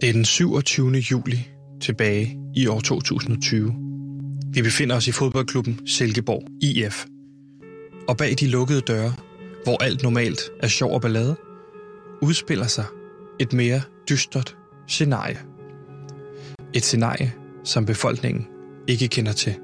Det er den 27. juli tilbage i år 2020. Vi befinder os i fodboldklubben Silkeborg IF. Og bag de lukkede døre, hvor alt normalt er sjov og ballade, udspiller sig et mere dystert scenarie. Et scenarie, som befolkningen ikke kender til.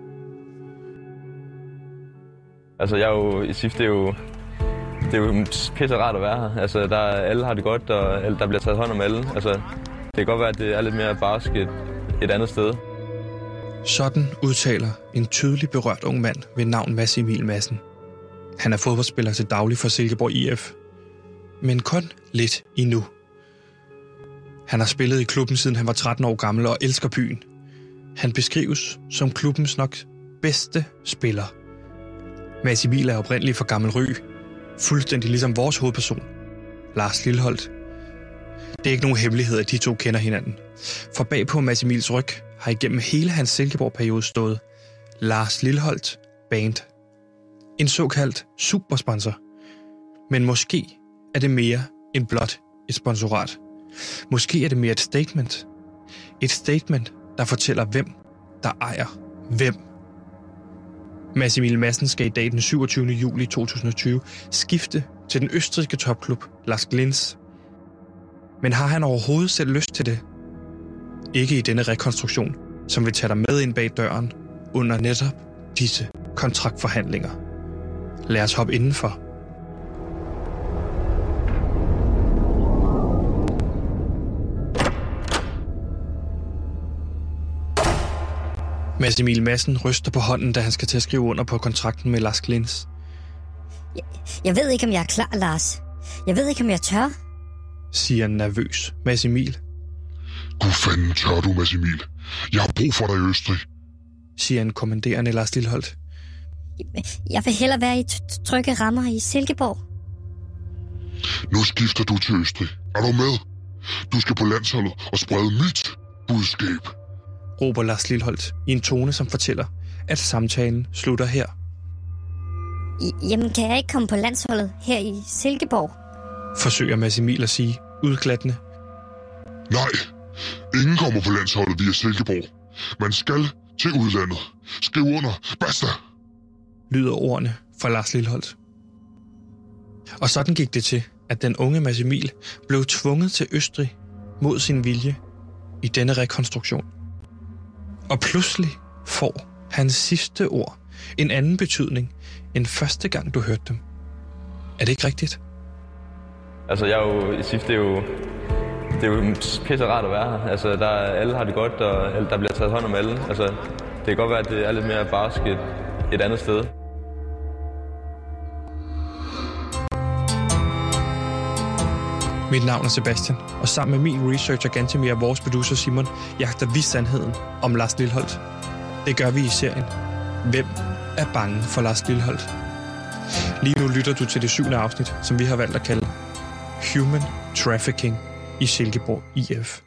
Altså, jeg er jo i SIF, det er jo pisse rart at være her. Altså, alle har det godt, og der bliver taget hånd om alle. Altså, det kan godt være, at det er lidt mere barsk et andet sted. Sådan udtaler en tydeligt berørt ung mand ved navn Mads Emil Madsen. Han er fodboldspiller til daglig for Silkeborg IF, men kun lidt endnu. Han har spillet i klubben siden han var 13 år gammel og elsker byen. Han beskrives som klubbens nok bedste spiller. Mads Emil er oprindelig fra Gammel Ry, fuldstændig ligesom vores hovedperson, Lars Lilholt. Det er ikke nogen hemmelighed, at de to kender hinanden. For bagpå Mads Emils ryg har igennem hele hans Silkeborg-periode stået Lars Lilholt Band. En såkaldt supersponsor. Men måske er det mere end blot et sponsorat. Måske er det mere et statement. Et statement, der fortæller, hvem der ejer hvem. Mads Emil Madsen skal i dag den 27. juli 2020 skifte til den østrigske topklub Lars Linz. Men har han overhovedet selv lyst til det? Ikke i denne rekonstruktion, som vil tage dig med ind bag døren under netop disse kontraktforhandlinger. Lad os hoppe indenfor. Mads Emil Madsen ryster på hånden, da han skal til at skrive under på kontrakten med Lars Linz. Jeg ved ikke, om jeg er klar, Lars. Jeg ved ikke, om jeg tør, siger en nervøs Mads Emil. Gud fanden tør du, Mads Emil. Jeg har brug for dig i Østrig, siger en kommanderende Lars Lilholt. Jeg vil hellere være i trygge rammer i Silkeborg. Nu skifter du til Østrig. Er du med? Du skal på landsholdet og sprede mit budskab, råber Lars Lilholt i en tone, som fortæller, at samtalen slutter her. Jamen, kan jeg ikke komme på landsholdet her i Silkeborg? Forsøger Mads Emil at sige, udglattende. Nej, ingen kommer på landsholdet via Silkeborg. Man skal til udlandet. Skriv under. Basta! Lyder ordene fra Lars Lilholt. Og sådan gik det til, at den unge Mads Emil blev tvunget til Østrig mod sin vilje i denne rekonstruktion. Og pludselig får hans sidste ord en anden betydning end første gang, du hørte dem. Er det ikke rigtigt? Altså, jeg er jo i SIF, det er jo pisse rart at være her. Altså, alle har det godt, og der bliver taget hånd om alle. Altså, det kan godt være, at det er lidt mere barsk et andet sted. Mit navn er Sebastian, og sammen med min researcher Gantemir og vores producer Simon, jagter vi sandheden om Lars Lilholt. Det gør vi i serien Hvem er bange for Lars Lilholt? Lige nu lytter du til det 7. afsnit, som vi har valgt at kalde Human Trafficking i Silkeborg IF.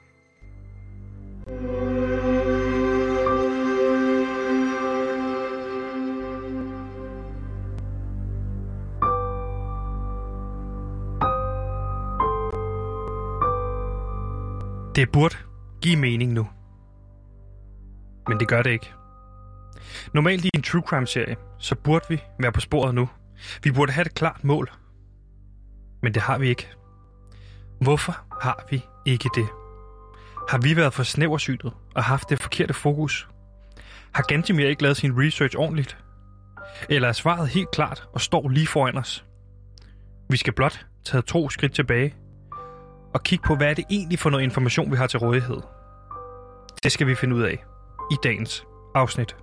Det burde give mening nu. Men det gør det ikke. Normalt i en true crime-serie, så burde vi være på sporet nu. Vi burde have et klart mål. Men det har vi ikke. Hvorfor har vi ikke det? Har vi været for snæversynet og haft det forkerte fokus? Har Gantemir ikke lavet sin research ordentligt? Eller er svaret helt klart og står lige foran os? Vi skal blot tage 2 skridt tilbage og kigge på, hvad er det egentlig for noget information, vi har til rådighed. Det skal vi finde ud af i dagens afsnit.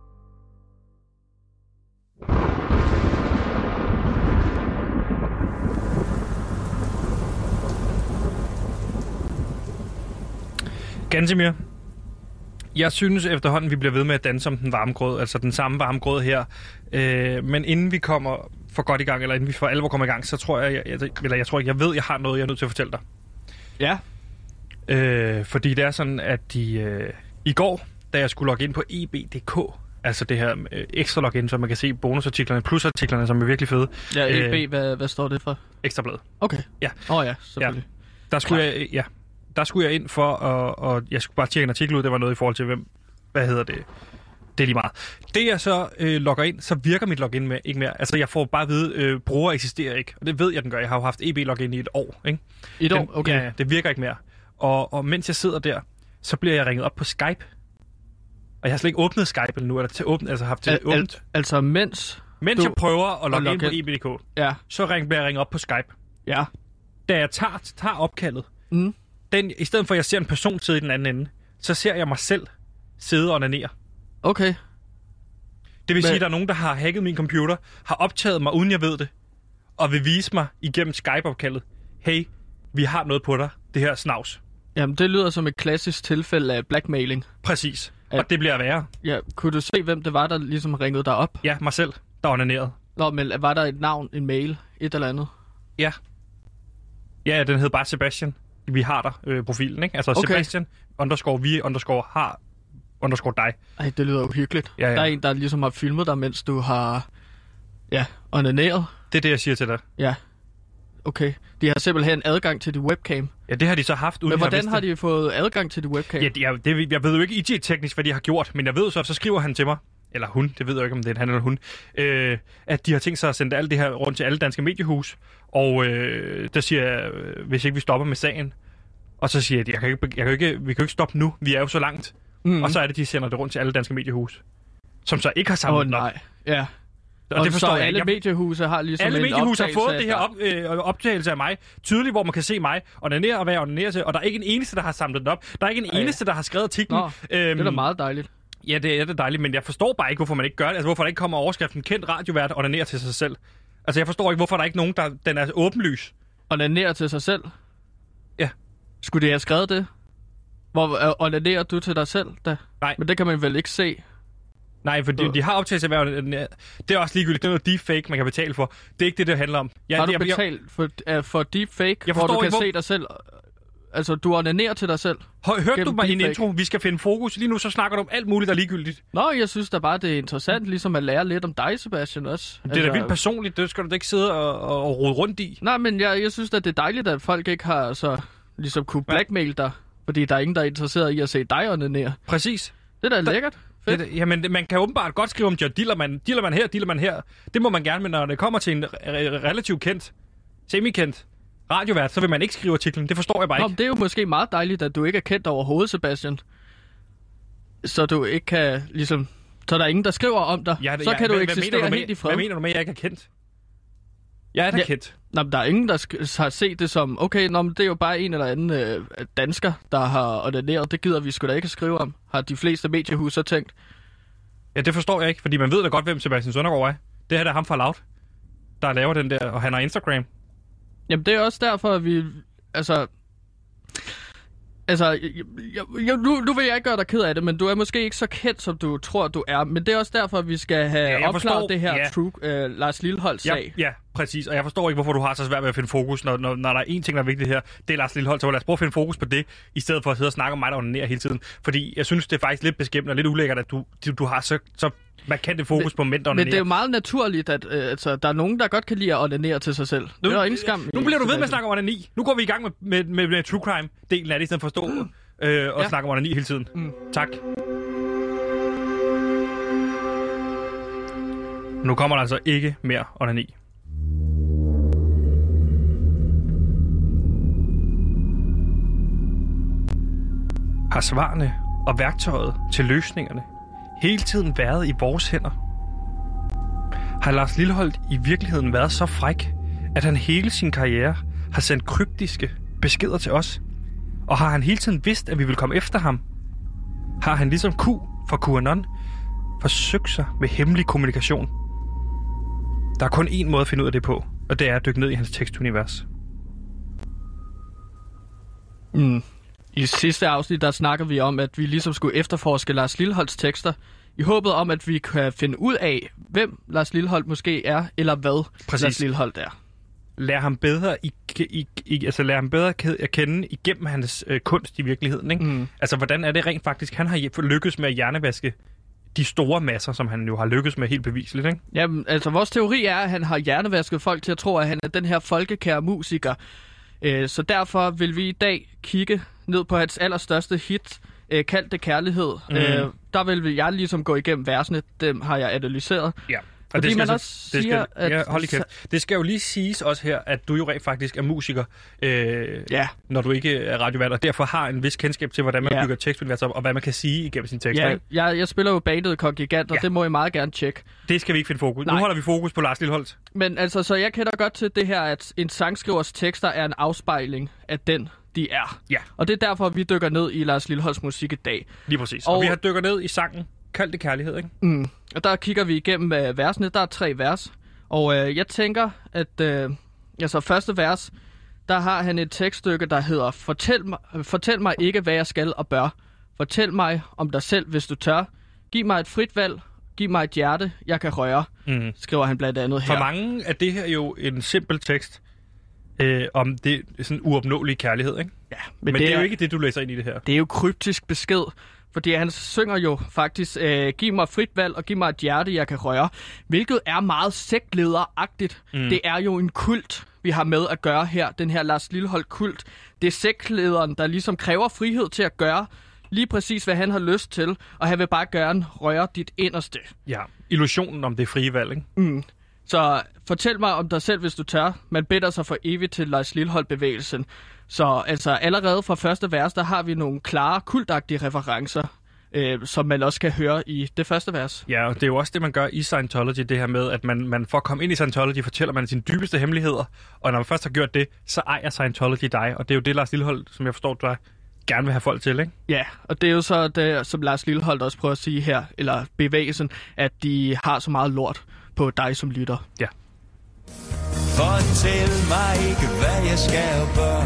Gantemir, jeg synes efterhånden, vi bliver ved med at danse om den varme grød, altså den samme varme grød her. Men inden vi kommer for godt i gang, eller inden vi for alvor kommer i gang, så tror jeg ved, jeg har noget, jeg er nødt til at fortælle dig. Ja. Fordi det er sådan, at i går, da jeg skulle logge ind på eb.dk, altså det her ekstra login, så man kan se bonusartiklerne, plusartiklerne, som er virkelig fede. Ja, EB, hvad står det for? Ekstrablad. Okay. Ja. Ja, selvfølgelig. Ja. Der skulle jeg, der skulle jeg ind for, og jeg skulle bare tjekke en artikel ud, det var noget i forhold til, det er lige meget. Det jeg så logger ind, så virker mit login ikke mere. Altså jeg får bare at vide, bruger eksisterer ikke. Og det ved jeg, den gør. Jeg har jo haft EB-login i et år, ikke? Et år? Okay. Ja, det virker ikke mere. Og mens jeg sidder der, så bliver jeg ringet op på Skype. Og jeg har slet ikke åbnet Skype nu, eller til åbent, altså haft det åbent. Altså mens jeg prøver at logge ind på EB.dk, så bliver jeg ringet op på Skype. Ja. Da jeg tager opkaldet, i stedet for at jeg ser en person sidde i den anden ende, så ser jeg mig selv sidde og onanere. Okay. Det vil sige, at der er nogen, der har hacket min computer, har optaget mig, uden jeg ved det, og vil vise mig igennem Skype-opkaldet, hey, vi har noget på dig, det her snavs. Jamen, det lyder som et klassisk tilfælde af blackmailing. Præcis. Og det bliver værre. Ja, kunne du se, hvem det var, der ligesom ringede dig op? Ja, mig selv, der onanerede. Nå, men var der et navn, en mail, et eller andet? Ja. Ja, den hed bare Sebastian. Vi har der profilen, ikke? Altså okay. Sebastian _vi_har _dig. Ej, det lyder uhyggeligt. Ja. Der er en, der ligesom har filmet dig, mens du har onaneret. Det er det, jeg siger til dig. Ja. Okay. De har simpelthen adgang til dit webcam. Ja, det har de så haft. Men hvordan har de fået adgang til dit webcam? Ja, jeg ved jo ikke IT-teknisk, hvad de har gjort, men jeg ved så skriver han til mig, eller hun, det ved jeg ikke, om det er han eller hun, at de har tænkt sig at sende alt det her rundt til alle danske mediehus, og der siger jeg, hvis ikke vi stopper med sagen, og så siger jeg, vi kan jo ikke stoppe nu, vi er jo så langt, og så er det, de sender det rundt til alle danske mediehus, som så ikke har samlet nok. Ja. Og det forstår så jeg. Alle mediehuse har ligesom alle mediehuse har fået det her optagelse af mig, tydeligt, hvor man kan se mig onanere og hvad jeg onanerer til, og der er ikke en eneste, der har samlet den op. Der er ikke en eneste, der har skrevet artiklen. Det er da meget dejligt. Ja, det er det dejligt, men jeg forstår bare ikke, hvorfor man ikke gør det. Altså, hvorfor der ikke kommer overskriften kendt radiovært onanerer til sig selv. Altså, jeg forstår ikke, hvorfor der ikke nogen, den er åbenlys. Onanerer til sig selv? Ja. Skulle de have skrevet det? Hvor onanerer du til dig selv da? Nej. Men det kan man vel ikke se? Nej, for de har optagelse af det er også ligegyldigt. Det er noget deepfake, man kan betale for. Det er ikke det handler om. Har du betalt for deepfake, hvor du kan se dig selv? Altså, du onanerer til dig selv? Hørte du mig i en intro? Vi skal finde fokus. Lige nu så snakker du om alt muligt, der er ligegyldigt. Nå, jeg synes da bare, det er interessant ligesom at lære lidt om dig, Sebastian, også. Det er da vildt personligt. Det skal du da ikke sidde og rode rundt i. Nej, men jeg synes da, det er dejligt, at folk ikke har så ligesom kunne blackmail dig. Fordi der er ingen, der er interesseret i at se dig onanere. Præcis. Det er da lækkert. Jamen, man kan åbenbart godt skrive om, dealer man her. Det må man gerne, men når det kommer til en relativt kendt, semi-kendt radiovært, så vil man ikke skrive artiklen. Det forstår jeg bare ikke. Det er jo måske meget dejligt, at du ikke er kendt overhovedet, Sebastian. Så du ikke kan, ligesom... Så der er ingen, der skriver om dig. Så kan du eksistere helt i fred. Hvad mener du med, at jeg ikke er kendt? Jeg er da kendt. Nå, men der er ingen, der har set det som, okay, det er jo bare en eller anden dansker, der har ordineret. Det gider vi sgu da ikke at skrive om. Har de fleste mediehus så tænkt? Ja, det forstår jeg ikke, fordi man ved da godt, hvem Sebastian Søndergaard er. Det her er ham fra Loud, der laver den der, og han har Instagram. Jamen, det er også derfor, at vi... Nu vil jeg ikke gøre dig ked af det, men du er måske ikke så kendt, som du tror, du er. Men det er også derfor, at vi skal have opklaret det her Lars Lilholt-sag. Ja, præcis. Og jeg forstår ikke, hvorfor du har så svært ved at finde fokus, når der er én ting, der er vigtigt her. Det er Lars Lilholt, så lad os prøve at finde fokus på det, i stedet for at sidde og snakke om mig, der onanerer hele tiden. Fordi jeg synes, det er faktisk lidt beskæmmende og lidt ulækkert, at du har så markant et fokus på mænd, der onanerer. Men det er jo meget naturligt, at der er nogen, der godt kan lide at onanere til sig selv. Det er ingen skam. Nu bliver du ved med at snakke om onani. Nu går vi i gang med true crime-delen af det, i stedet for at stå og snakke om onani hele tiden. Tak. Nu kommer der altså ikke mere onani. Har svarene og værktøjet til løsningerne hele tiden været i vores hænder? Har Lars Lilholt i virkeligheden været så fræk, at han hele sin karriere har sendt kryptiske beskeder til os? Og har han hele tiden vidst, at vi vil komme efter ham? Har han ligesom Q fra QAnon forsøgt sig med hemmelig kommunikation? Der er kun én måde at finde ud af det på, og det er at dykke ned i hans tekstunivers. I sidste afsnit, der snakker vi om, at vi ligesom skulle efterforske Lars Lilholts tekster, i håbet om, at vi kan finde ud af, hvem Lars Lilholt måske er, eller hvad Lars Lilholt er. Lær ham bedre at kende igennem hans kunst i virkeligheden. Ikke? Altså, hvordan er det rent faktisk, han har lykkes med at hjernevaske de store masser, som han jo har lykkes med helt beviseligt, ikke? Jamen, altså, vores teori er, at han har hjernevasket folk til at tro, at han er den her folkekære musiker. Så derfor vil vi i dag kigge ned på hans allerstørste hit, Kald det kærlighed. Der vil jeg ligesom gå igennem versene, dem har jeg analyseret. Ja. Og det skal jo lige siges også her, at du jo rent faktisk er musiker, når du ikke er radiovært, og derfor har en vis kendskab til, hvordan man bygger tekstuniverser op, og hvad man kan sige igennem sine tekster. Ja, jeg spiller jo bandet Kongigant, og det må I meget gerne tjekke. Det skal vi ikke finde fokus. Nu holder vi fokus på Lars Lilholt. Men altså, så jeg kender godt til det her, at en sangskrivers tekster er en afspejling af den, de er. Ja. Og det er derfor, vi dykker ned i Lars Lilholts musik i dag. Lige præcis. Og vi har dykket ned i sangen Kald det kærlighed, ikke? Og der kigger vi igennem versene. Der er 3 vers. Og jeg tænker, at første vers, der har han et tekststykke, der hedder Fortæl mig ikke, hvad jeg skal og bør. Fortæl mig om dig selv, hvis du tør. Giv mig et frit valg. Giv mig et hjerte, jeg kan røre. Skriver han blandt andet her. For mange er det her jo en simpel tekst om det sådan uopnåelige kærlighed, ikke? Ja, men det er jo ikke det, du læser ind i det her. Det er jo kryptisk besked. Fordi han synger jo faktisk, giv mig frit valg og giv mig et hjerte, jeg kan røre. Hvilket er meget sektlederagtigt. Det er jo en kult, vi har med at gøre her. Den her Lars Lilholt-kult. Det er sektlederen, der ligesom kræver frihed til at gøre lige præcis, hvad han har lyst til. Og han vil bare gerne røre dit inderste. Ja, illusionen om det frie valg, ikke? Så fortæl mig om dig selv, hvis du tør. Man binder sig for evigt til Lars Lilholt-bevægelsen. Så altså allerede fra første vers, der har vi nogle klare, kultagtige referencer, som man også kan høre i det første vers. Ja, og det er jo også det, man gør i Scientology, det her med, at man for at komme ind i Scientology, fortæller man sine dybeste hemmeligheder, og når man først har gjort det, så ejer Scientology dig, og det er jo det, Lars Lilholt, som jeg forstår, du gerne vil have folk til, ikke? Ja, og det er jo så det, som Lars Lilholt også prøver at sige her, eller bevægelsen, at de har så meget lort på dig som lytter. Ja. Fortæl mig ikke, hvad jeg skal og bør.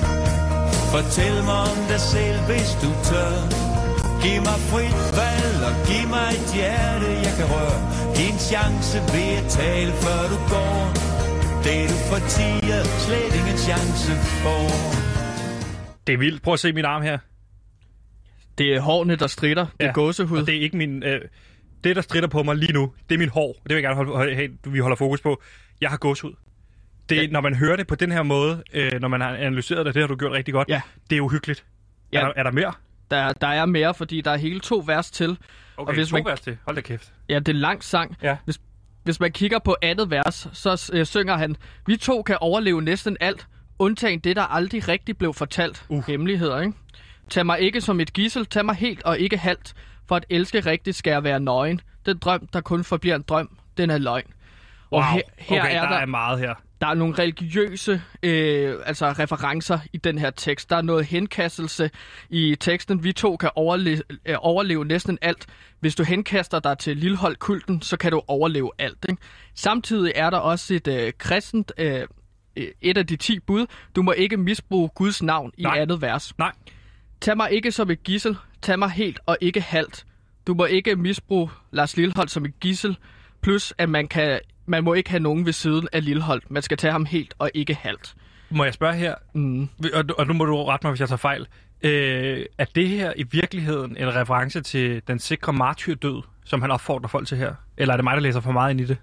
Fortæl mig om dig selv, hvis du tør. Giv mig frit valg og giv mig et hjerte, jeg kan røre. Din chance ved at tale, før du går. Det du fortier, slet ingen chance for. Det er vildt. Prøv at se min arm her. Det er hårene, der stritter. Det er gåsehud. Og det er ikke min... det, der stritter på mig lige nu, det er min hår. Det vil jeg gerne vi holder fokus på. Jeg har gåsehud. Det, når man hører det på den her måde, når man har analyseret det har du gjort rigtig godt, det er uhyggeligt. Ja. Er der mere? Der er mere, fordi der er hele 2 vers til. Okay, og hvis vers til. Hold da kæft. Ja, det er en lang sang. Ja. Hvis man kigger på andet vers, så synger han, vi 2 kan overleve næsten alt, undtagen det, der aldrig rigtig blev fortalt. Hemmeligheder, ikke? Tag mig ikke som et gidsel, tag mig helt og ikke halvt. For at elske rigtigt skal jeg være nøgen. Den drøm, der kun forbliver en drøm, den er løgn. Og her er der er meget her. Der er nogle religiøse referencer i den her tekst. Der er noget henkastelse i teksten. Vi 2 kan overleve næsten alt. Hvis du henkaster dig til Lilholt-kulten, så kan du overleve alt. Ikke? Samtidig er der også et kristent, et af de 10 bud. Du må ikke misbruge Guds navn i andet vers. Nej. Tag mig ikke som et gidsel. Tag mig helt og ikke halvt. Du må ikke misbruge Lars Lilholt som et gidsel. Plus at man må ikke have nogen ved siden af Lilholt. Man skal tage ham helt og ikke halvt. Må jeg spørge her, og nu må du rette mig, hvis jeg tager fejl. Er det her i virkeligheden en reference til den sikre martyrdød, som han opfordrer folk til her? Eller er det mig, der læser for meget ind i det?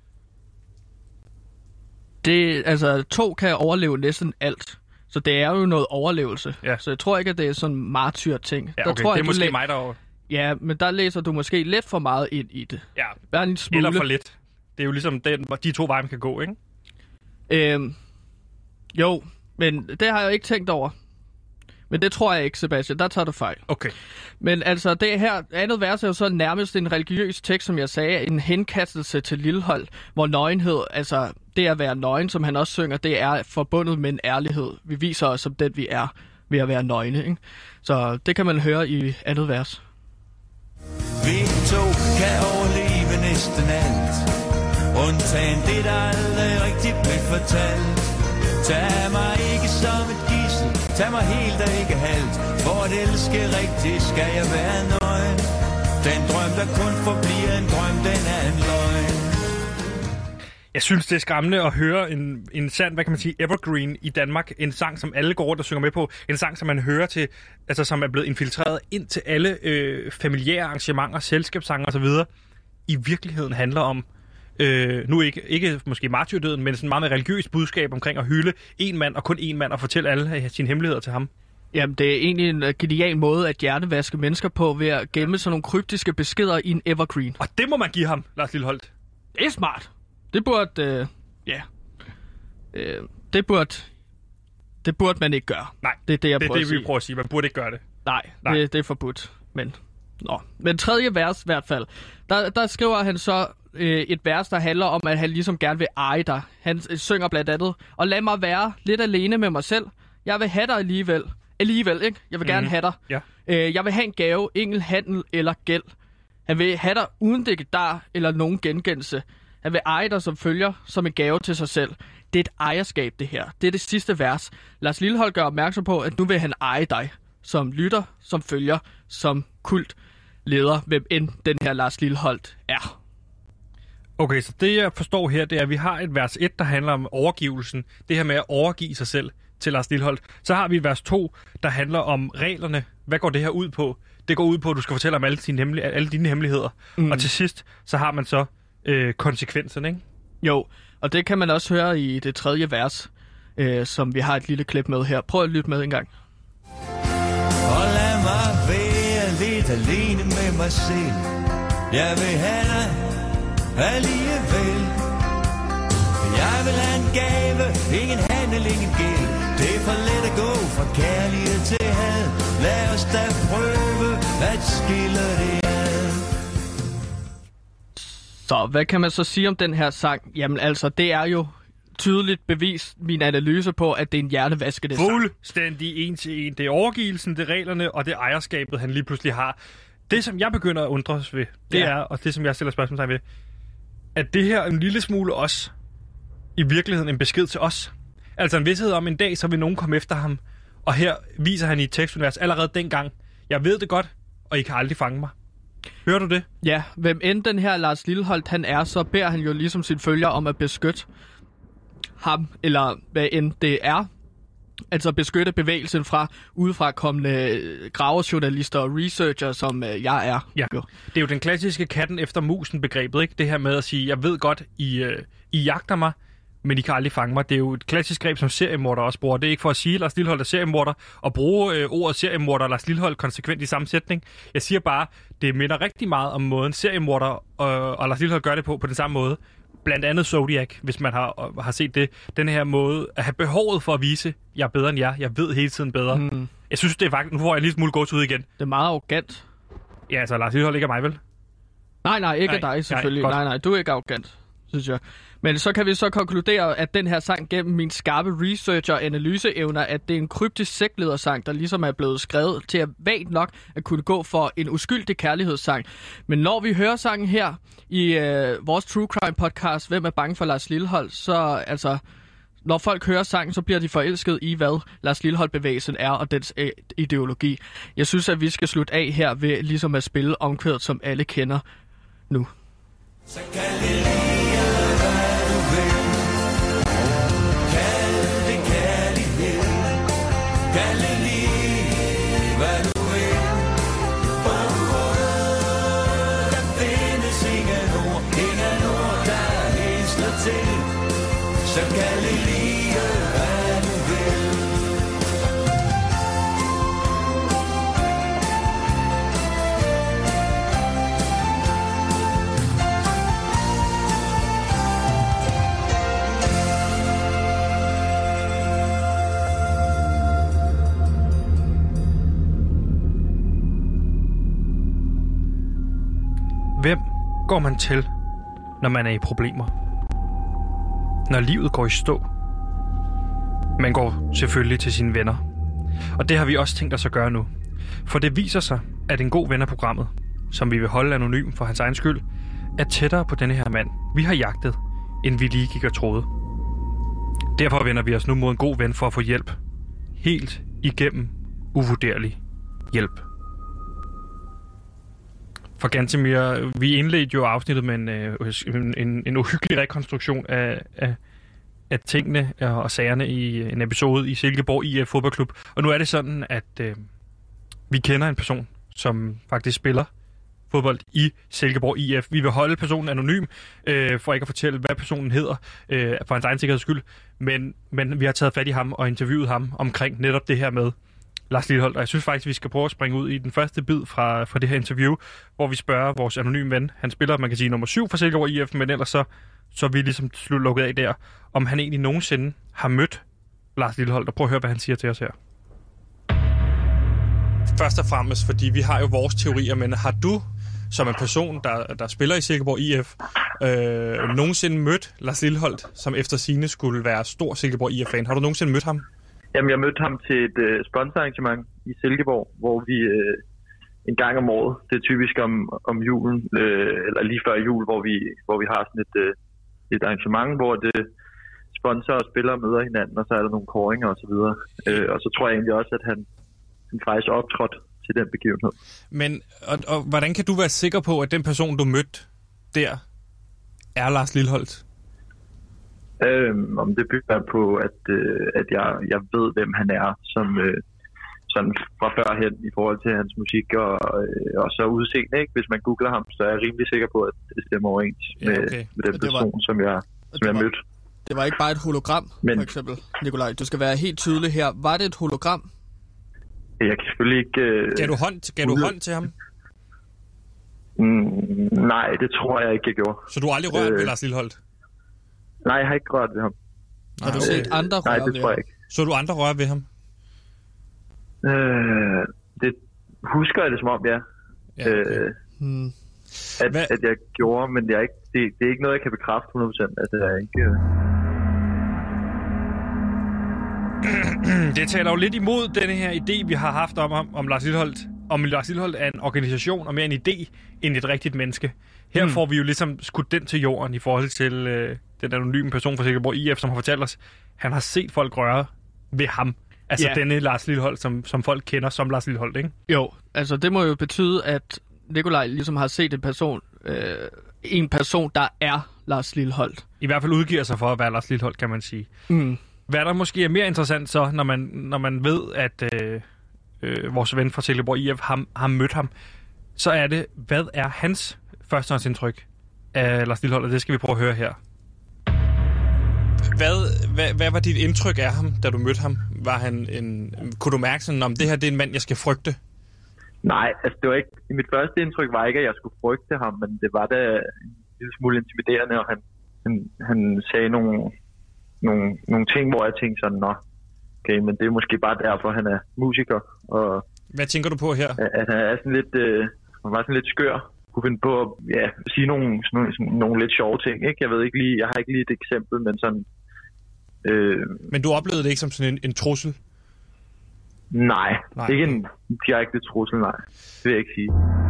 Det, 2 kan overleve næsten alt. Så det er jo noget overlevelse. Ja. Så jeg tror ikke, at det er sådan en martyr-ting. Ja, okay. Det er måske mig derovre. Ja, men der læser du måske lidt for meget ind i det. Ja, bare en smule. Eller for lidt. Det er jo ligesom de 2 veje, man kan gå, ikke? Jo, men det har jeg ikke tænkt over. Men det tror jeg ikke, Sebastian. Der tager du fejl. Okay. Men altså, det her andet vers er jo så nærmest en religiøs tekst, som jeg sagde. En henkastelse til Lilholt, hvor nøgenhed, altså det at være nøgen, som han også synger, det er forbundet med en ærlighed. Vi viser os som den, vi er ved at være nøgne, ikke? Så det kan man høre i andet vers. Vi 2 kan overleve næsten alt, undtagen det, der aldrig rigtigt blev fortalt. Tag mig ikke som et gidsel, tag mig helt og ikke halvt. For at elske rigtigt skal jeg være nøgen. Den drøm, der kun forbliver en drøm, den er en løgn. Jeg synes, det er skræmmende at høre en sand, hvad kan man sige, evergreen i Danmark. En sang, som alle går rundt og synger med på. En sang, som man hører til, altså som er blevet infiltreret ind til alle familiære arrangementer, selskabssange osv. I virkeligheden handler om, nu ikke måske martyrdøden, men sådan meget med religiøst budskab omkring at hylde en mand og kun en mand og fortælle alle sine hemmeligheder til ham. Jamen, det er egentlig en genial måde at hjernevaske mennesker på ved at gemme sådan nogle kryptiske beskeder i en evergreen. Og det må man give ham, Lars Lilholt. Det er smart. Det burde... Det burde man ikke gøre. Nej, det er det, det er det, vi prøver at sige. Man burde ikke gøre det. Nej. Det er forbudt. Men tredje vers i hvert fald, der skriver han så et vers, der handler om, at han ligesom gerne vil eje dig. Han synger blandt andet, og lad mig være lidt alene med mig selv. Jeg vil have dig alligevel, ikke? Jeg vil gerne have dig. Ja. Jeg vil have en gave, ingen handel eller gæld. Han vil have dig uden digedar eller nogen gengældelse. Han vil eje dig som følger, som en gave til sig selv. Det er et ejerskab, det her. Det er det sidste vers. Lars Lilholt gør opmærksom på, at nu vil han eje dig. Som lytter, som følger, som kultleder, hvem end den her Lars Lilholt er. Okay, så det jeg forstår her, det er, at vi har et vers 1, der handler om overgivelsen. Det her med at overgive sig selv til Lars Lilholt. Så har vi et vers 2, der handler om reglerne. Hvad går det her ud på? Det går ud på, at du skal fortælle om alle dine hemmeligheder. Og til sidst, så har man så konsekvenserne, ikke? Jo, og det kan man også høre i det tredje vers, som vi har et lille klip med her. Prøv at lytte med en gang. Og lad mig være lidt alene med mig selv. Jeg vil have dig alligevel. Jeg vil have en gave, ingen handel, ingen gæld. Det er for let at gå fra kærlighed til had. Lad os da prøve at skille det ad. Så hvad kan man så sige om den her sang? Jamen altså, det er jo tydeligt bevist min analyse på, at det er en hjernevaskende sang. Fuldstændig en til en. Det er overgivelsen, det er reglerne, og det er ejerskabet, han lige pludselig har. Det, som jeg begynder at undres ved, det er, og det, som jeg stiller spørgsmål ved, at det her en lille smule også i virkeligheden en besked til os. Altså en vidsthed om, en dag, så vil nogen komme efter ham, og her viser han i et tekstunivers allerede dengang, jeg ved det godt, og I kan aldrig fange mig. Hører du det? Ja, hvem end den her Lars Lilholt han er, så beder han jo ligesom sin følger om at beskytte ham, eller hvad end det er. Altså beskytte bevægelsen fra udefra kommende gravejournalister og researcher, som jeg er. Ja, det er jo den klassiske katten efter musen begrebet, ikke? Det her med at sige, jeg ved godt, I jagter mig, men I kan aldrig fange mig. Det er jo et klassisk greb, som seriemorder også bruger. Det er ikke for at sige, at Lars Lilholt er seriemorder, og bruge ordet seriemorder og Lars Lilholt konsekvent i samme sætning. Jeg siger bare, det minder rigtig meget om måden seriemorder og Lars Lilholt gør det på den samme måde. Blandt andet Zodiac, hvis man har set det. Den her måde at have behovet for at vise, jeg er bedre end jer. Jeg ved hele tiden bedre. Jeg synes, det er faktisk... Nu får jeg en lille smule gåsehud igen. Det er meget arrogant. Ja, altså Lars Lilholt ikke er mig, vel? Nej, ikke af dig selvfølgelig. Nej, du er ikke arrogant, synes jeg. Men så kan vi så konkludere, at den her sang gennem min skarpe research- og analyseevner, at det er en kryptisk sektledersang, der ligesom er blevet skrevet til at vagt nok at kunne gå for en uskyldig kærlighedssang. Men når vi hører sangen her i vores True Crime podcast, Hvem er bange for Lars Lilholt, så altså... Når folk hører sangen, så bliver de forelsket i, hvad Lars Lilholt-bevægelsen er og dens ideologi. Jeg synes, at vi skal slutte af her ved ligesom at spille omkvædet, som alle kender nu. Så kan det lide, hvad du vil. Kald det kærlighed. Kald det lide, hvad du vil. For du ved, der findes ingen ord, der hilsner til. Så kan det lide, hvad du vil. Hvem går man til, når man er i problemer? Når livet går i stå? Man går selvfølgelig til sine venner. Og det har vi også tænkt os at gøre nu. For det viser sig, at en god ven af programmet, som vi vil holde anonym for hans egen skyld, er tættere på denne her mand, vi har jagtet, end vi lige gik og troede. Derfor vender vi os nu mod en god ven for at få hjælp. Helt igennem uvurderlig hjælp. For Gantemir, vi indledte jo afsnittet med en uhyggelig rekonstruktion af tingene og sagerne i en episode i Silkeborg IF fodboldklub. Og nu er det sådan, at vi kender en person, som faktisk spiller fodbold i Silkeborg IF. Vi vil holde personen anonym, for ikke at fortælle, hvad personen hedder, for hans egen sikkerheds skyld. Men vi har taget fat i ham og interviewet ham omkring netop det her med, Lars Lilholt, og jeg synes faktisk, vi skal prøve at springe ud i den første bid fra det her interview, hvor vi spørger vores anonyme ven. Han spiller, man kan sige, nummer 7 for Silkeborg IF, men ellers så er vi ligesom lukket af der, om han egentlig nogensinde har mødt Lars Lilholt, og prøv at høre, hvad han siger til os her. Først og fremmest, fordi vi har jo vores teorier, men har du som en person, der spiller i Silkeborg IF, nogensinde mødt Lars Lilholt, som efter sigende skulle være stor Silkeborg IF-fan? Har du nogensinde mødt ham? Jamen, jeg mødte ham til et sponsorarrangement i Silkeborg, hvor vi en gang om året, det er typisk om julen, eller lige før jul, hvor vi har sådan et arrangement, hvor det sponsorer og spillere møder hinanden, og så er der nogle kåringer og så videre. Og så tror jeg egentlig også, at han faktisk optrådte til den begivenhed. Men og hvordan kan du være sikker på, at den person, du mødte der, er Lars Lilholt? Om det bygger på, at jeg ved, hvem han er, som sådan fra førhen i forhold til hans musik og så udseende. Ikke? Hvis man googler ham, så er jeg rimelig sikker på, at det stemmer overens med den person, som jeg mødte. Det var ikke bare et hologram, for eksempel, Nikolaj. Du skal være helt tydelig her. Var det et hologram? Jeg kan selvfølgelig ikke... Gav du hånd til ham? Nej, det tror jeg ikke, jeg gjorde. Så du har aldrig rørt ved Lars Lilholt? Nej, jeg har ikke rørt ved ham. Har du set andre røre ved ham? Nej, det tror jeg ikke. Så du andre røre ved ham? Det husker jeg det som om, ja. Okay. At jeg gjorde, men det er ikke noget, jeg kan bekræfte 100%. Altså, jeg ikke... Det taler jo lidt imod denne her idé, vi har haft om Lars Lilholt. Om Lars Lilholt er en organisation og mere en idé end et rigtigt menneske. Her får vi jo ligesom skudt den til jorden i forhold til den anonyme person fra Silkeborg IF, som har fortalt os, han har set folk røre ved ham. Altså denne Lars Lilholt, som folk kender som Lars Lilholt, ikke? Jo, altså det må jo betyde, at Nikolaj ligesom har set en person, der er Lars Lilholt. I hvert fald udgiver sig for at være Lars Lilholt, kan man sige. Hvad der måske er mere interessant så, når man ved, at vores ven fra Silkeborg IF har mødt ham, så er det, hvad er hans førstehåndsindtryk af Lars Lilholt, og det skal vi prøve at høre her. Hvad var dit indtryk af ham, da du mødte ham? Var han kunne du mærke sådan, om det her det er en mand, jeg skal frygte? Nej, altså det var ikke... Mit første indtryk var ikke, at jeg skulle frygte ham, men det var da en lille smule intimiderende, og han sagde nogle ting, hvor jeg tænkte sådan, nå, okay, men det er måske bare derfor, han er musiker. Og hvad tænker du på her? At han er sådan lidt, han var sådan lidt skør. Kunne finde på at sige nogle lidt sjove ting, ikke? Jeg har ikke lige et eksempel, men sådan... Men du oplevede det ikke som sådan en trussel? Nej, ikke en direkte trussel, nej. Det vil jeg ikke sige.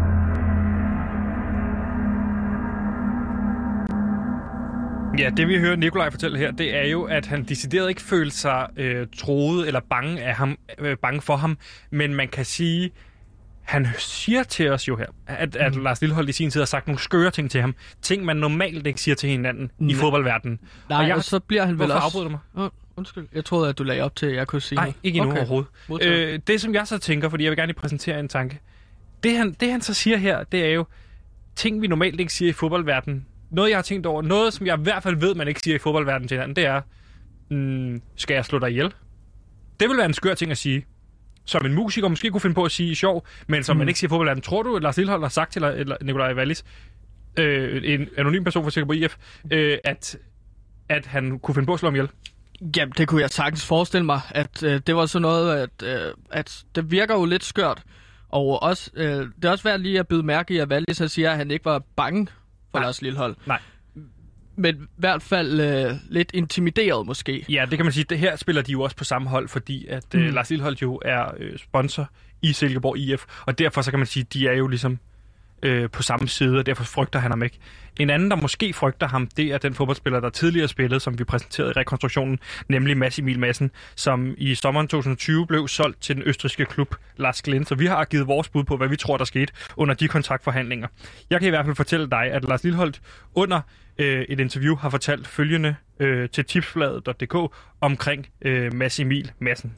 Ja, det vi hører Nikolaj fortælle her, det er jo, at han decideret ikke følte sig troet eller bange for ham, men man kan sige, han siger til os jo her, at Lars Lilholt i sin tid har sagt nogle skøre ting til ham. Ting, man normalt ikke siger til hinanden i fodboldverdenen. Nej, og så bliver han vel også... Hvorfor afbryder du mig? Undskyld, jeg troede, at du lagde op til, at jeg kunne sige Nej, ikke endnu overhovedet. Det, som jeg så tænker, fordi jeg vil gerne lige præsentere en tanke. Det han så siger her, det er jo ting, vi normalt ikke siger i fodboldverdenen. Noget, jeg har tænkt over, noget, som jeg i hvert fald ved, man ikke siger i fodboldverdenen til hinanden, det er, skal jeg slå dig ihjel? Det vil være en skør ting at sige. Som en musiker måske kunne finde på at sige sjov, men som man ikke siger i fodboldverdenen. Tror du, at Lars Lilholt har sagt til Nikolaj Wallis, en anonym person fra Silkeborg IF, at han kunne finde på at slå ham ihjel? Jamen, det kunne jeg sagtens forestille mig, at det var sådan noget, at det virker jo lidt skørt. Og også, det er også værd lige at bide mærke i, at Wallis siger, at han ikke var bange for Lars Lilholt. Nej. Men i hvert fald lidt intimideret måske. Ja, det kan man sige. Det her spiller de jo også på samme hold, fordi at Lars Lilholt jo er sponsor i Silkeborg IF, og derfor så kan man sige, at de er jo ligesom på samme side, og derfor frygter han ham ikke. En anden, der måske frygter ham, det er den fodboldspiller, der tidligere spillede, som vi præsenterede i rekonstruktionen, nemlig Mads Emil Madsen, som i sommeren 2020 blev solgt til den østrigske klub Lars Glint. Så vi har givet vores bud på, hvad vi tror, der skete under de kontraktforhandlinger. Jeg kan i hvert fald fortælle dig, at Lars Lilholt under et interview har fortalt følgende til tipsbladet.dk omkring Mads Emil Madsen.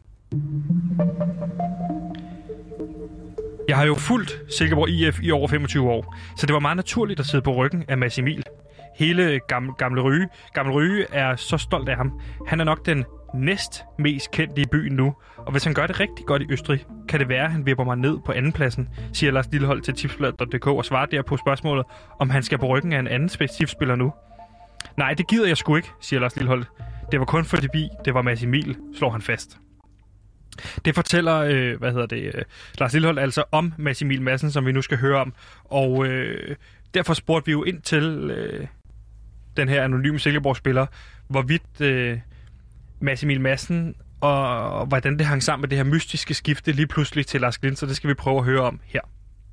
Jeg har jo fulgt Silkeborg IF i over 25 år, så det var meget naturligt at sidde på ryggen af Mads Emil. hele Gamle Rye. Gamle Rye er så stolt af ham. Han er nok den næst mest kendte i byen nu. Og hvis han gør det rigtig godt i Østrig, kan det være, at han vipper mig ned på andenpladsen, siger Lars Lilholt til tipsbladet.dk og svarer der på spørgsmålet, om han skal på ryggen af en anden tipsspiller nu. Nej, det gider jeg sgu ikke, siger Lars Lilholt. Det var kun fordi, det var Mads Emil, slår han fast. Det fortæller, Lars Lilholt altså om Mads Emil Madsen, som vi nu skal høre om. Og derfor spurgte vi jo ind til den her anonyme Silkeborg-spiller, hvorvidt Mads Emil Madsen og hvordan det hang sammen med det her mystiske skifte lige pludselig til Lars Glint, så det skal vi prøve at høre om her.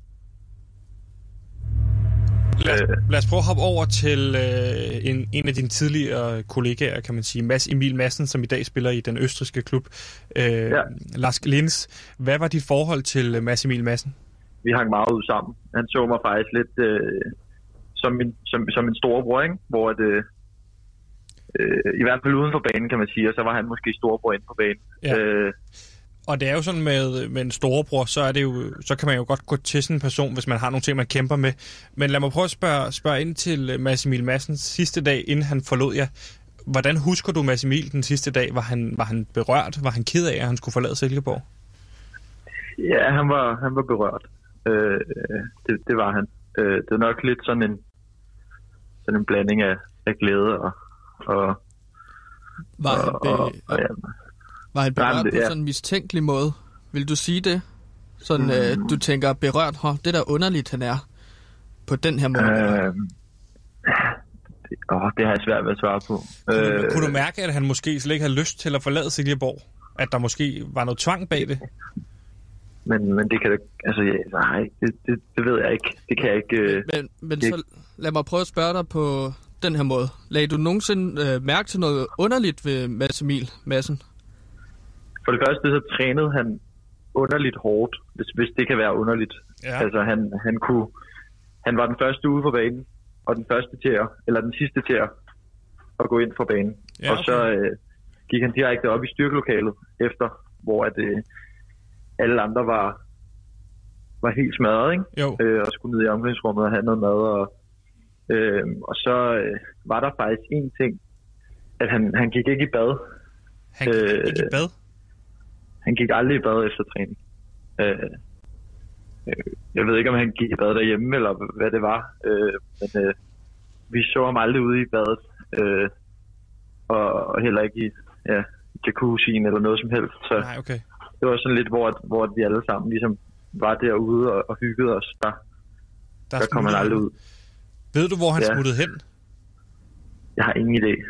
Lad os prøve at hoppe over til en af dine tidligere kollegaer, kan man sige, Mads Emil Madsen, som i dag spiller i den østrigske klub. Lars Glint, hvad var dit forhold til Mads Emil Madsen? Vi hang meget ud sammen. Han så mig faktisk lidt som en storebror, ikke? Hvor det i hvert fald uden for banen, kan man sige, og så var han måske storebror inde på banen. Ja. Og det er jo sådan med en storebror, så kan man jo godt gå til sådan en person, hvis man har nogle ting, man kæmper med. Men lad mig prøve at spørge ind til Mads Emil Madsens sidste dag, inden han forlod jer. Hvordan husker du Mads Emil den sidste dag? Var han berørt? Var han ked af, at han skulle forlade Silkeborg? Ja, han var berørt. Det var han. Det er nok lidt sådan en blanding af glæde og Var han berørt på sådan en mistænkelig måde? Vil du sige det? Sådan, du tænker berørt, det der underligt, han er på den her måde? Det har jeg svært ved at svare på. Kunne du mærke, at han måske slet ikke havde lyst til at forlade Silkeborg? At der måske var noget tvang bag det? Men det kan nej, det ved jeg ikke. Det kan jeg ikke. Men så lad mig prøve at spørge dig på den her måde. Lagde du nogensinde mærke til noget underligt ved Mads Emil Madsen? For det første, så trænede han underligt hårdt, hvis det kan være underligt. Ja. Altså, han var den første ude på banen, og den sidste til at gå ind for banen. Ja, okay. Og så gik han direkte op i styrkelokalet efter, hvor alle andre var helt smadret, ikke? Og skulle ned i omklædningsrummet og have noget mad. Og så var der faktisk en ting, at han gik ikke i bad. Han gik ikke i bad? Han gik aldrig i bad efter træning. Jeg ved ikke, om han gik i bad derhjemme, eller hvad det var. Men vi så ham aldrig ude i badet. Og heller ikke i jacuzzien eller noget som helst. Så nej, okay. Det var sådan lidt, hvor vi alle sammen ligesom var derude og hyggede os. Der kom han aldrig ud. Ved du, hvor han smuttede hen? Jeg har ingen idé.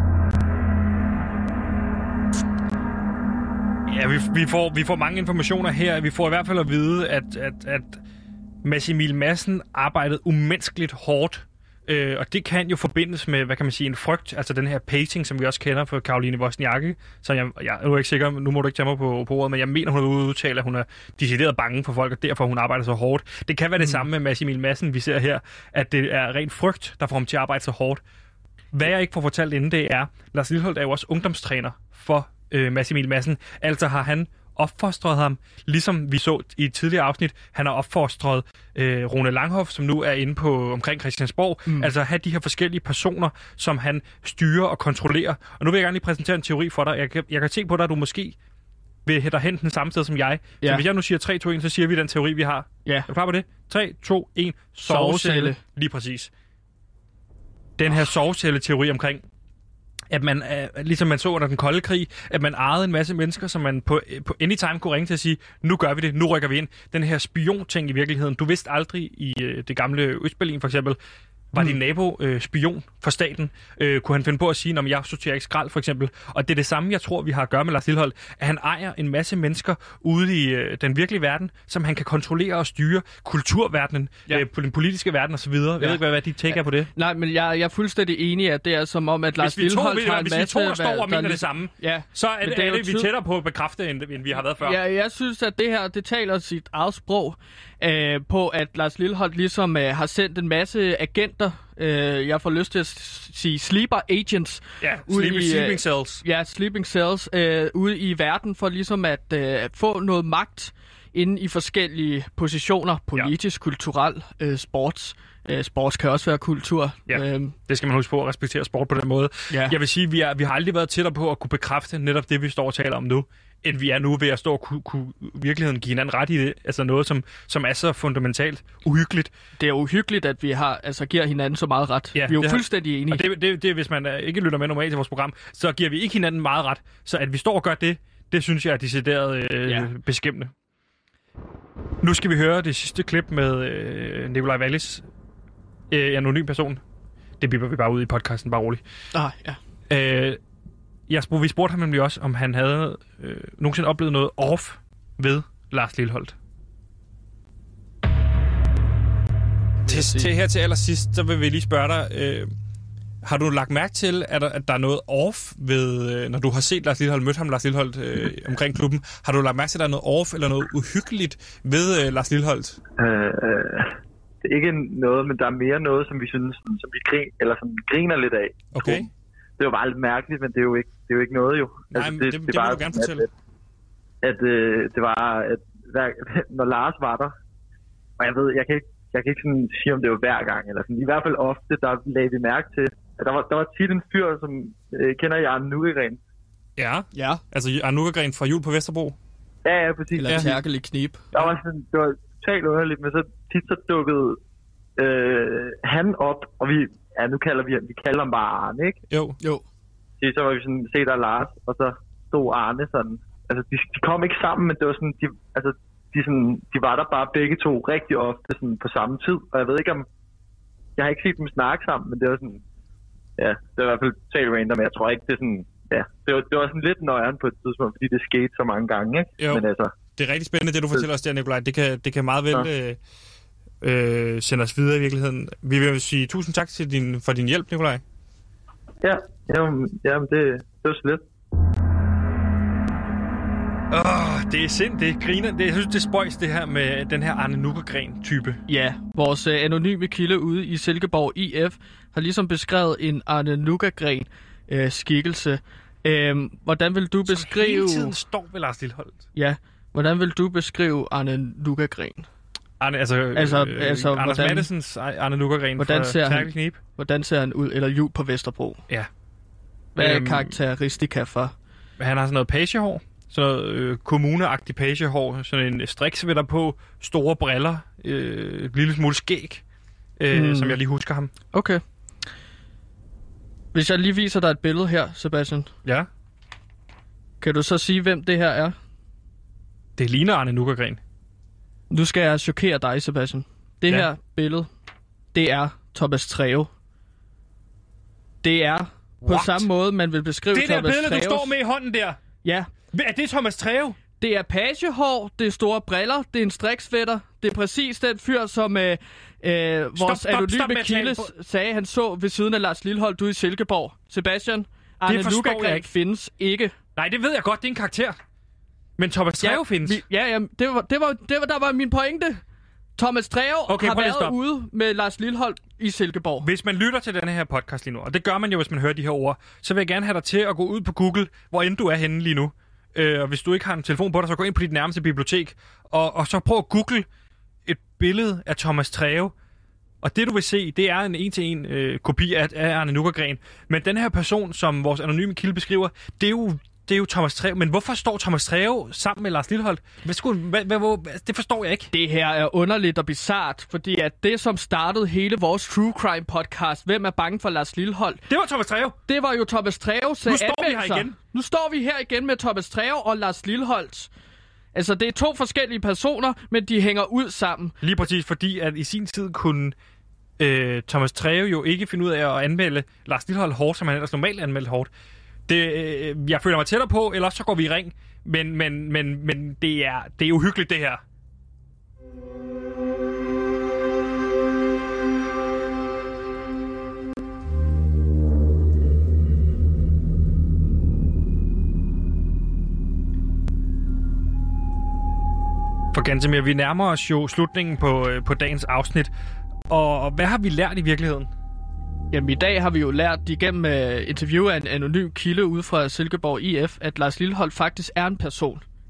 Ja, vi får mange informationer her. Vi får i hvert fald at vide, at Mads Emil Madsen arbejdede umenneskeligt hårdt. Og det kan jo forbindes med, hvad kan man sige, en frygt. Altså den her pacing, som vi også kender fra Caroline Wozniacki. Så jeg er ikke sikker, nu må du ikke tage mig på ordet, men jeg mener, hun er ude at udtale, at hun er decideret bange for folk, og derfor hun arbejder så hårdt. Det kan være det samme med Mads Emil Madsen, vi ser her, at det er ren frygt, der får ham til at arbejde så hårdt. Hvad jeg ikke får fortalt inden, det er, Lars Lilholt er jo også ungdomstræner for Mads Emil Madsen. Altså har han opfostret ham, ligesom vi så i et tidligere afsnit. Han har opfostret Rune Langhoff, som nu er inde på omkring Christiansborg. Altså at have de her forskellige personer, som han styrer og kontrollerer. Og nu vil jeg gerne lige præsentere en teori for dig. Jeg kan se på dig, at du måske vil hætte hen den samme sted som jeg. Ja. Så hvis jeg nu siger 3, 2, 1, så siger vi den teori, vi har. Ja. Er du klar på det? 3, 2, 1. Sovecelle. Lige præcis. Den her sovecelle-teori omkring, at man, ligesom man så under den kolde krig, at man ejede en masse mennesker, som man på anytime kunne ringe til at sige, nu gør vi det, nu rykker vi ind. Den her spion-ting i virkeligheden. Du vidste aldrig i det gamle Østberlin for eksempel, var din nabo spion for staten? Kunne han finde på at sige, om jeg sorterer ikke skrald for eksempel? Og det er det samme, jeg tror, vi har at gøre med Lars Lilholt, at han ejer en masse mennesker ude i den virkelige verden, som han kan kontrollere og styre. Kulturverdenen, på den politiske verden osv. Jeg ved ikke, hvad dit take er på det. Nej, men jeg er fuldstændig enig, at det er som om, at Lars Lilholt har en masse... Hvis vi to står og mener det samme, så er det vi tættere på at bekræfte, end vi har været før. Ja, jeg synes, at det her, det taler sit eget sprog på, at Lars Lilholt ligesom har sendt en masse agenter, jeg får lyst til at sige sleeper agents, sleeping cells. Ja, sleeping cells ude i verden for ligesom at få noget magt inde i forskellige positioner, politisk, kulturel, sports. Sports kan også være kultur. Ja, det skal man huske på at respektere sport på den måde. Ja. Jeg vil sige, vi har aldrig været tættere på at kunne bekræfte netop det, vi står og taler om nu, end vi er nu ved at stå og kunne virkeligheden give hinanden ret i det. Altså noget, som er så fundamentalt uhyggeligt. Det er uhyggeligt, at vi giver hinanden så meget ret. Ja, vi er jo fuldstændig enige. Og det hvis man ikke lytter med normalt til vores program, så giver vi ikke hinanden meget ret. Så at vi står og gør det synes jeg er decideret beskæmmende. Nu skal vi høre det sidste klip med Nikolaj Wallis, anonym person. Det bipper vi bare ud i podcasten, bare roligt. Vi spurgte ham nemlig også, om han havde nogensinde oplevet noget off ved Lars Lilholt. Her til allersidst, så vil vi lige spørge dig, har du lagt mærke til, at der er noget off ved, når du har set Lars Lilholt, mødt ham Lars Lilholt omkring klubben, har du lagt mærke til, at der er noget off eller noget uhyggeligt ved Lars Lilholt? Det er ikke noget, men der er mere noget, som vi synes, som vi griner lidt af. Okay. Det er jo bare lidt mærkeligt, men det er jo ikke noget jo. Nej, altså, det må du gerne fortælle. At det var, at når Lars var der, og jeg kan ikke sådan sige, om det var hver gang, eller sådan, i hvert fald ofte, der lagde vi mærke til, at der var tit en fyr, som kender I Arne Nukkegren. Ja. Altså Arne Nukkegren fra Jul på Vesterbro. Ja, præcis. Eller Terkel i Knib. Det var totalt underligt, men så tit så dukkede han op, og vi kalder ham bare Arne, ikke? Jo. Så var vi sådan, se der Lars, og så stod Arne sådan, altså de kom ikke sammen, men det var sådan, de var der bare begge to rigtig ofte sådan på samme tid, og jeg ved ikke om, jeg har ikke set dem snakke sammen, men det var sådan, ja, det var i hvert fald totalt random, men jeg tror ikke, det er sådan, ja, det var sådan lidt nøjeren på et tidspunkt, fordi det skete så mange gange, ikke? Jo. Men altså, det er rigtig spændende, det du fortæller os der, Nikolaj. Det kan meget vel sende os videre i virkeligheden. Vi vil sige tusind tak for din hjælp, Nikolaj. Ja, jamen det var så lidt. Det er sind, det griner. Jeg synes, det spøjs det her med den her Arne Nukkegren-type. Ja, vores anonyme kilde ude i Silkeborg IF har ligesom beskrevet en Arne Nukkegren-skikkelse. Hvordan vil du beskrive... Som hele tiden står ved Lars Lilholt. Ja, hvordan vil du beskrive Arne Nukkegren? Anders Mattesens Arne Nukkegren fra Terkel Knib. Hvordan ser han ud? Eller Jul på Vesterbro? Ja. Hvad er karakteristika for? Han har sådan noget pagehår. Sådan noget kommuneagtigt pagehår. Sådan en striksvætter på. Store briller. Et lille smule skæg. Som jeg lige husker ham. Okay. Hvis jeg lige viser dig et billede her, Sebastian. Ja. Kan du så sige, hvem det her er? Det ligner Arne Nukkegren. Nu skal jeg chokere dig, Sebastian. Det her billede, det er Thomas Treve. Det er på samme måde, man vil beskrive Thomas Treves... Det der billede, du står med i hånden der? Ja. Er det Thomas Treve? Det er pagehår, det er store briller, det er en striksvætter. Det er præcis den fyr, som vores anonyme kilde sagde, han så ved siden af Lars Lilholt ude i Silkeborg. Sebastian, Arne Nukkegren findes ikke. Nej, det ved jeg godt, det er en karakter. Men Thomas Treve findes. Der var min pointe. Thomas Treve har været ude med Lars Lilholt i Silkeborg. Hvis man lytter til denne her podcast lige nu, og det gør man jo, hvis man hører de her ord, så vil jeg gerne have dig til at gå ud på Google, hvor end du er henne lige nu. Og hvis du ikke har en telefon på dig, så gå ind på dit nærmeste bibliotek, og så prøv at google et billede af Thomas Treve. Og det du vil se, det er en en-til-en kopi af Arne Nukkegren. Men den her person, som vores anonyme kilde beskriver, det er jo Thomas Treve. Men hvorfor står Thomas Treve sammen med Lars Lilholt? Det forstår jeg ikke. Det her er underligt og bizart, fordi at det, som startede hele vores True Crime podcast, Hvem er bange for Lars Lilholt? Det var Thomas Treve. Det var jo Thomas Treves anmeldelser. Nu står vi her igen. Nu står vi her igen med Thomas Treve og Lars Lilholt. Altså, det er to forskellige personer, men de hænger ud sammen. Lige præcis, fordi at i sin tid kunne Thomas Treve jo ikke finde ud af at anmelde Lars Lilholt hårdt, som han ellers normalt anmeldte hårdt. Jeg føler mig tættere på, eller så går vi i ring. Men det er uhyggeligt, det her. For Gantemir, vi nærmer os jo slutningen på dagens afsnit. Og hvad har vi lært i virkeligheden? Jamen i dag har vi jo lært igennem interview af en anonym kilde ude fra Silkeborg IF, at Lars Lilholt faktisk er en person.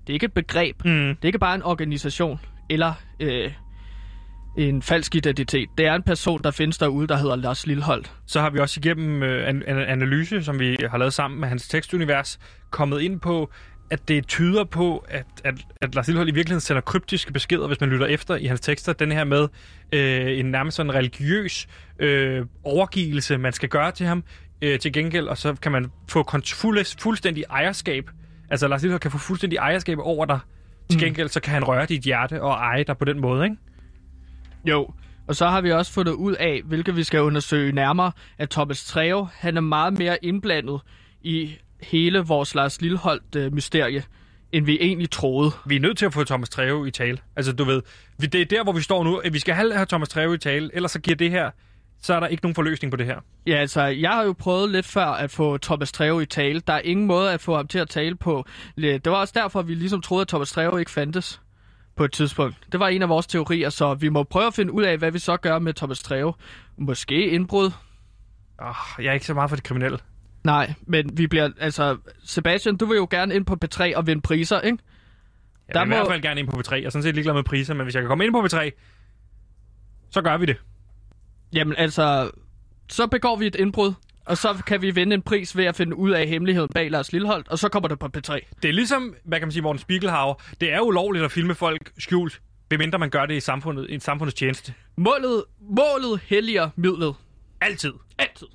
Det er ikke et begreb. Det er ikke bare en organisation eller en falsk identitet. Det er en person, der findes derude, der hedder Lars Lilholt. Så har vi også igennem en analyse, som vi har lavet sammen med hans tekstunivers, kommet ind på, at det tyder på, at Lars Lilholt i virkeligheden sender kryptiske beskeder, hvis man lytter efter i hans tekster. Den her med en nærmest sådan religiøs overgivelse, man skal gøre til ham til gengæld, og så kan man få fuldstændig ejerskab. Altså Lars Lilholt kan få fuldstændig ejerskab over dig. Til gengæld så kan han røre dit hjerte og eje dig på den måde, ikke? Jo, og så har vi også fundet ud af, hvilket vi skal undersøge nærmere, at Thomas Treve, han er meget mere indblandet i hele vores Lars Lilholt-mysterie, end vi egentlig troede. Vi er nødt til at få Thomas Treve i tale. Altså, du ved, det er der, hvor vi står nu. At vi skal have Thomas Treve i tale, ellers så giver det her, så er der ikke nogen forløsning på det her. Ja, altså, jeg har jo prøvet lidt før at få Thomas Treve i tale. Der er ingen måde at få ham til at tale på. Det var også derfor, vi ligesom troede, at Thomas Treve ikke fandtes på et tidspunkt. Det var en af vores teorier, så vi må prøve at finde ud af, hvad vi så gør med Thomas Treve. Måske indbrud. Jeg er ikke så meget for det kriminelle. Nej, men vi bliver... Altså, Sebastian, du vil jo gerne ind på P3 og vinde priser, ikke? Jeg vil i hvert fald gerne ind på P3. Jeg er sådan set ligeglad med priser, men hvis jeg kan komme ind på P3, så gør vi det. Jamen altså, så begår vi et indbrud, og så kan vi vinde en pris ved at finde ud af hemmeligheden bag Lars Lilholt, og så kommer det på P3. Det er ligesom, hvad kan man sige, Morten Spiegelhauer. Det er ulovligt at filme folk skjult, medmindre man gør det i samfundet, i samfundets tjeneste. Målet helliger midlet. Altid. Altid.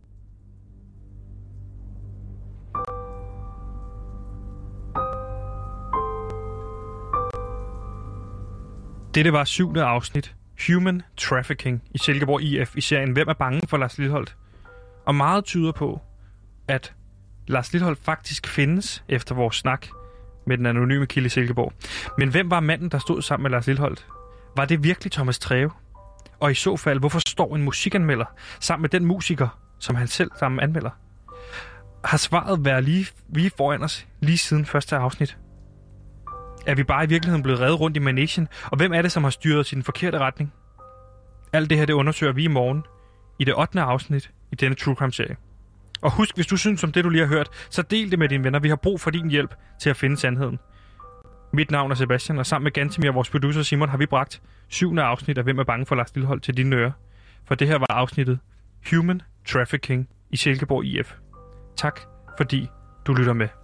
Det var 7. afsnit. Human Trafficking i Silkeborg IF i serien Hvem er bange for Lars Lilholt? Og meget tyder på, at Lars Lilholt faktisk findes efter vores snak med den anonyme kilde i Silkeborg. Men hvem var manden, der stod sammen med Lars Lilholt? Var det virkelig Thomas Treve? Og i så fald, hvorfor står en musikanmelder sammen med den musiker, som han selv sammen anmelder? Har svaret været lige foran os lige siden første afsnit? Er vi bare i virkeligheden blevet reddet rundt i managen? Og hvem er det, som har styret os i den forkerte retning? Alt det her, det undersøger vi i morgen i det 8. afsnit i denne True Crime-serie. Og husk, hvis du synes om det, du lige har hørt, så del det med dine venner. Vi har brug for din hjælp til at finde sandheden. Mit navn er Sebastian, og sammen med Gantemir og vores producer Simon har vi bragt 7. afsnit af Hvem er bange for Lars Lilholt til dine ører. For det her var afsnittet Human Trafficking i Silkeborg IF. Tak, fordi du lytter med.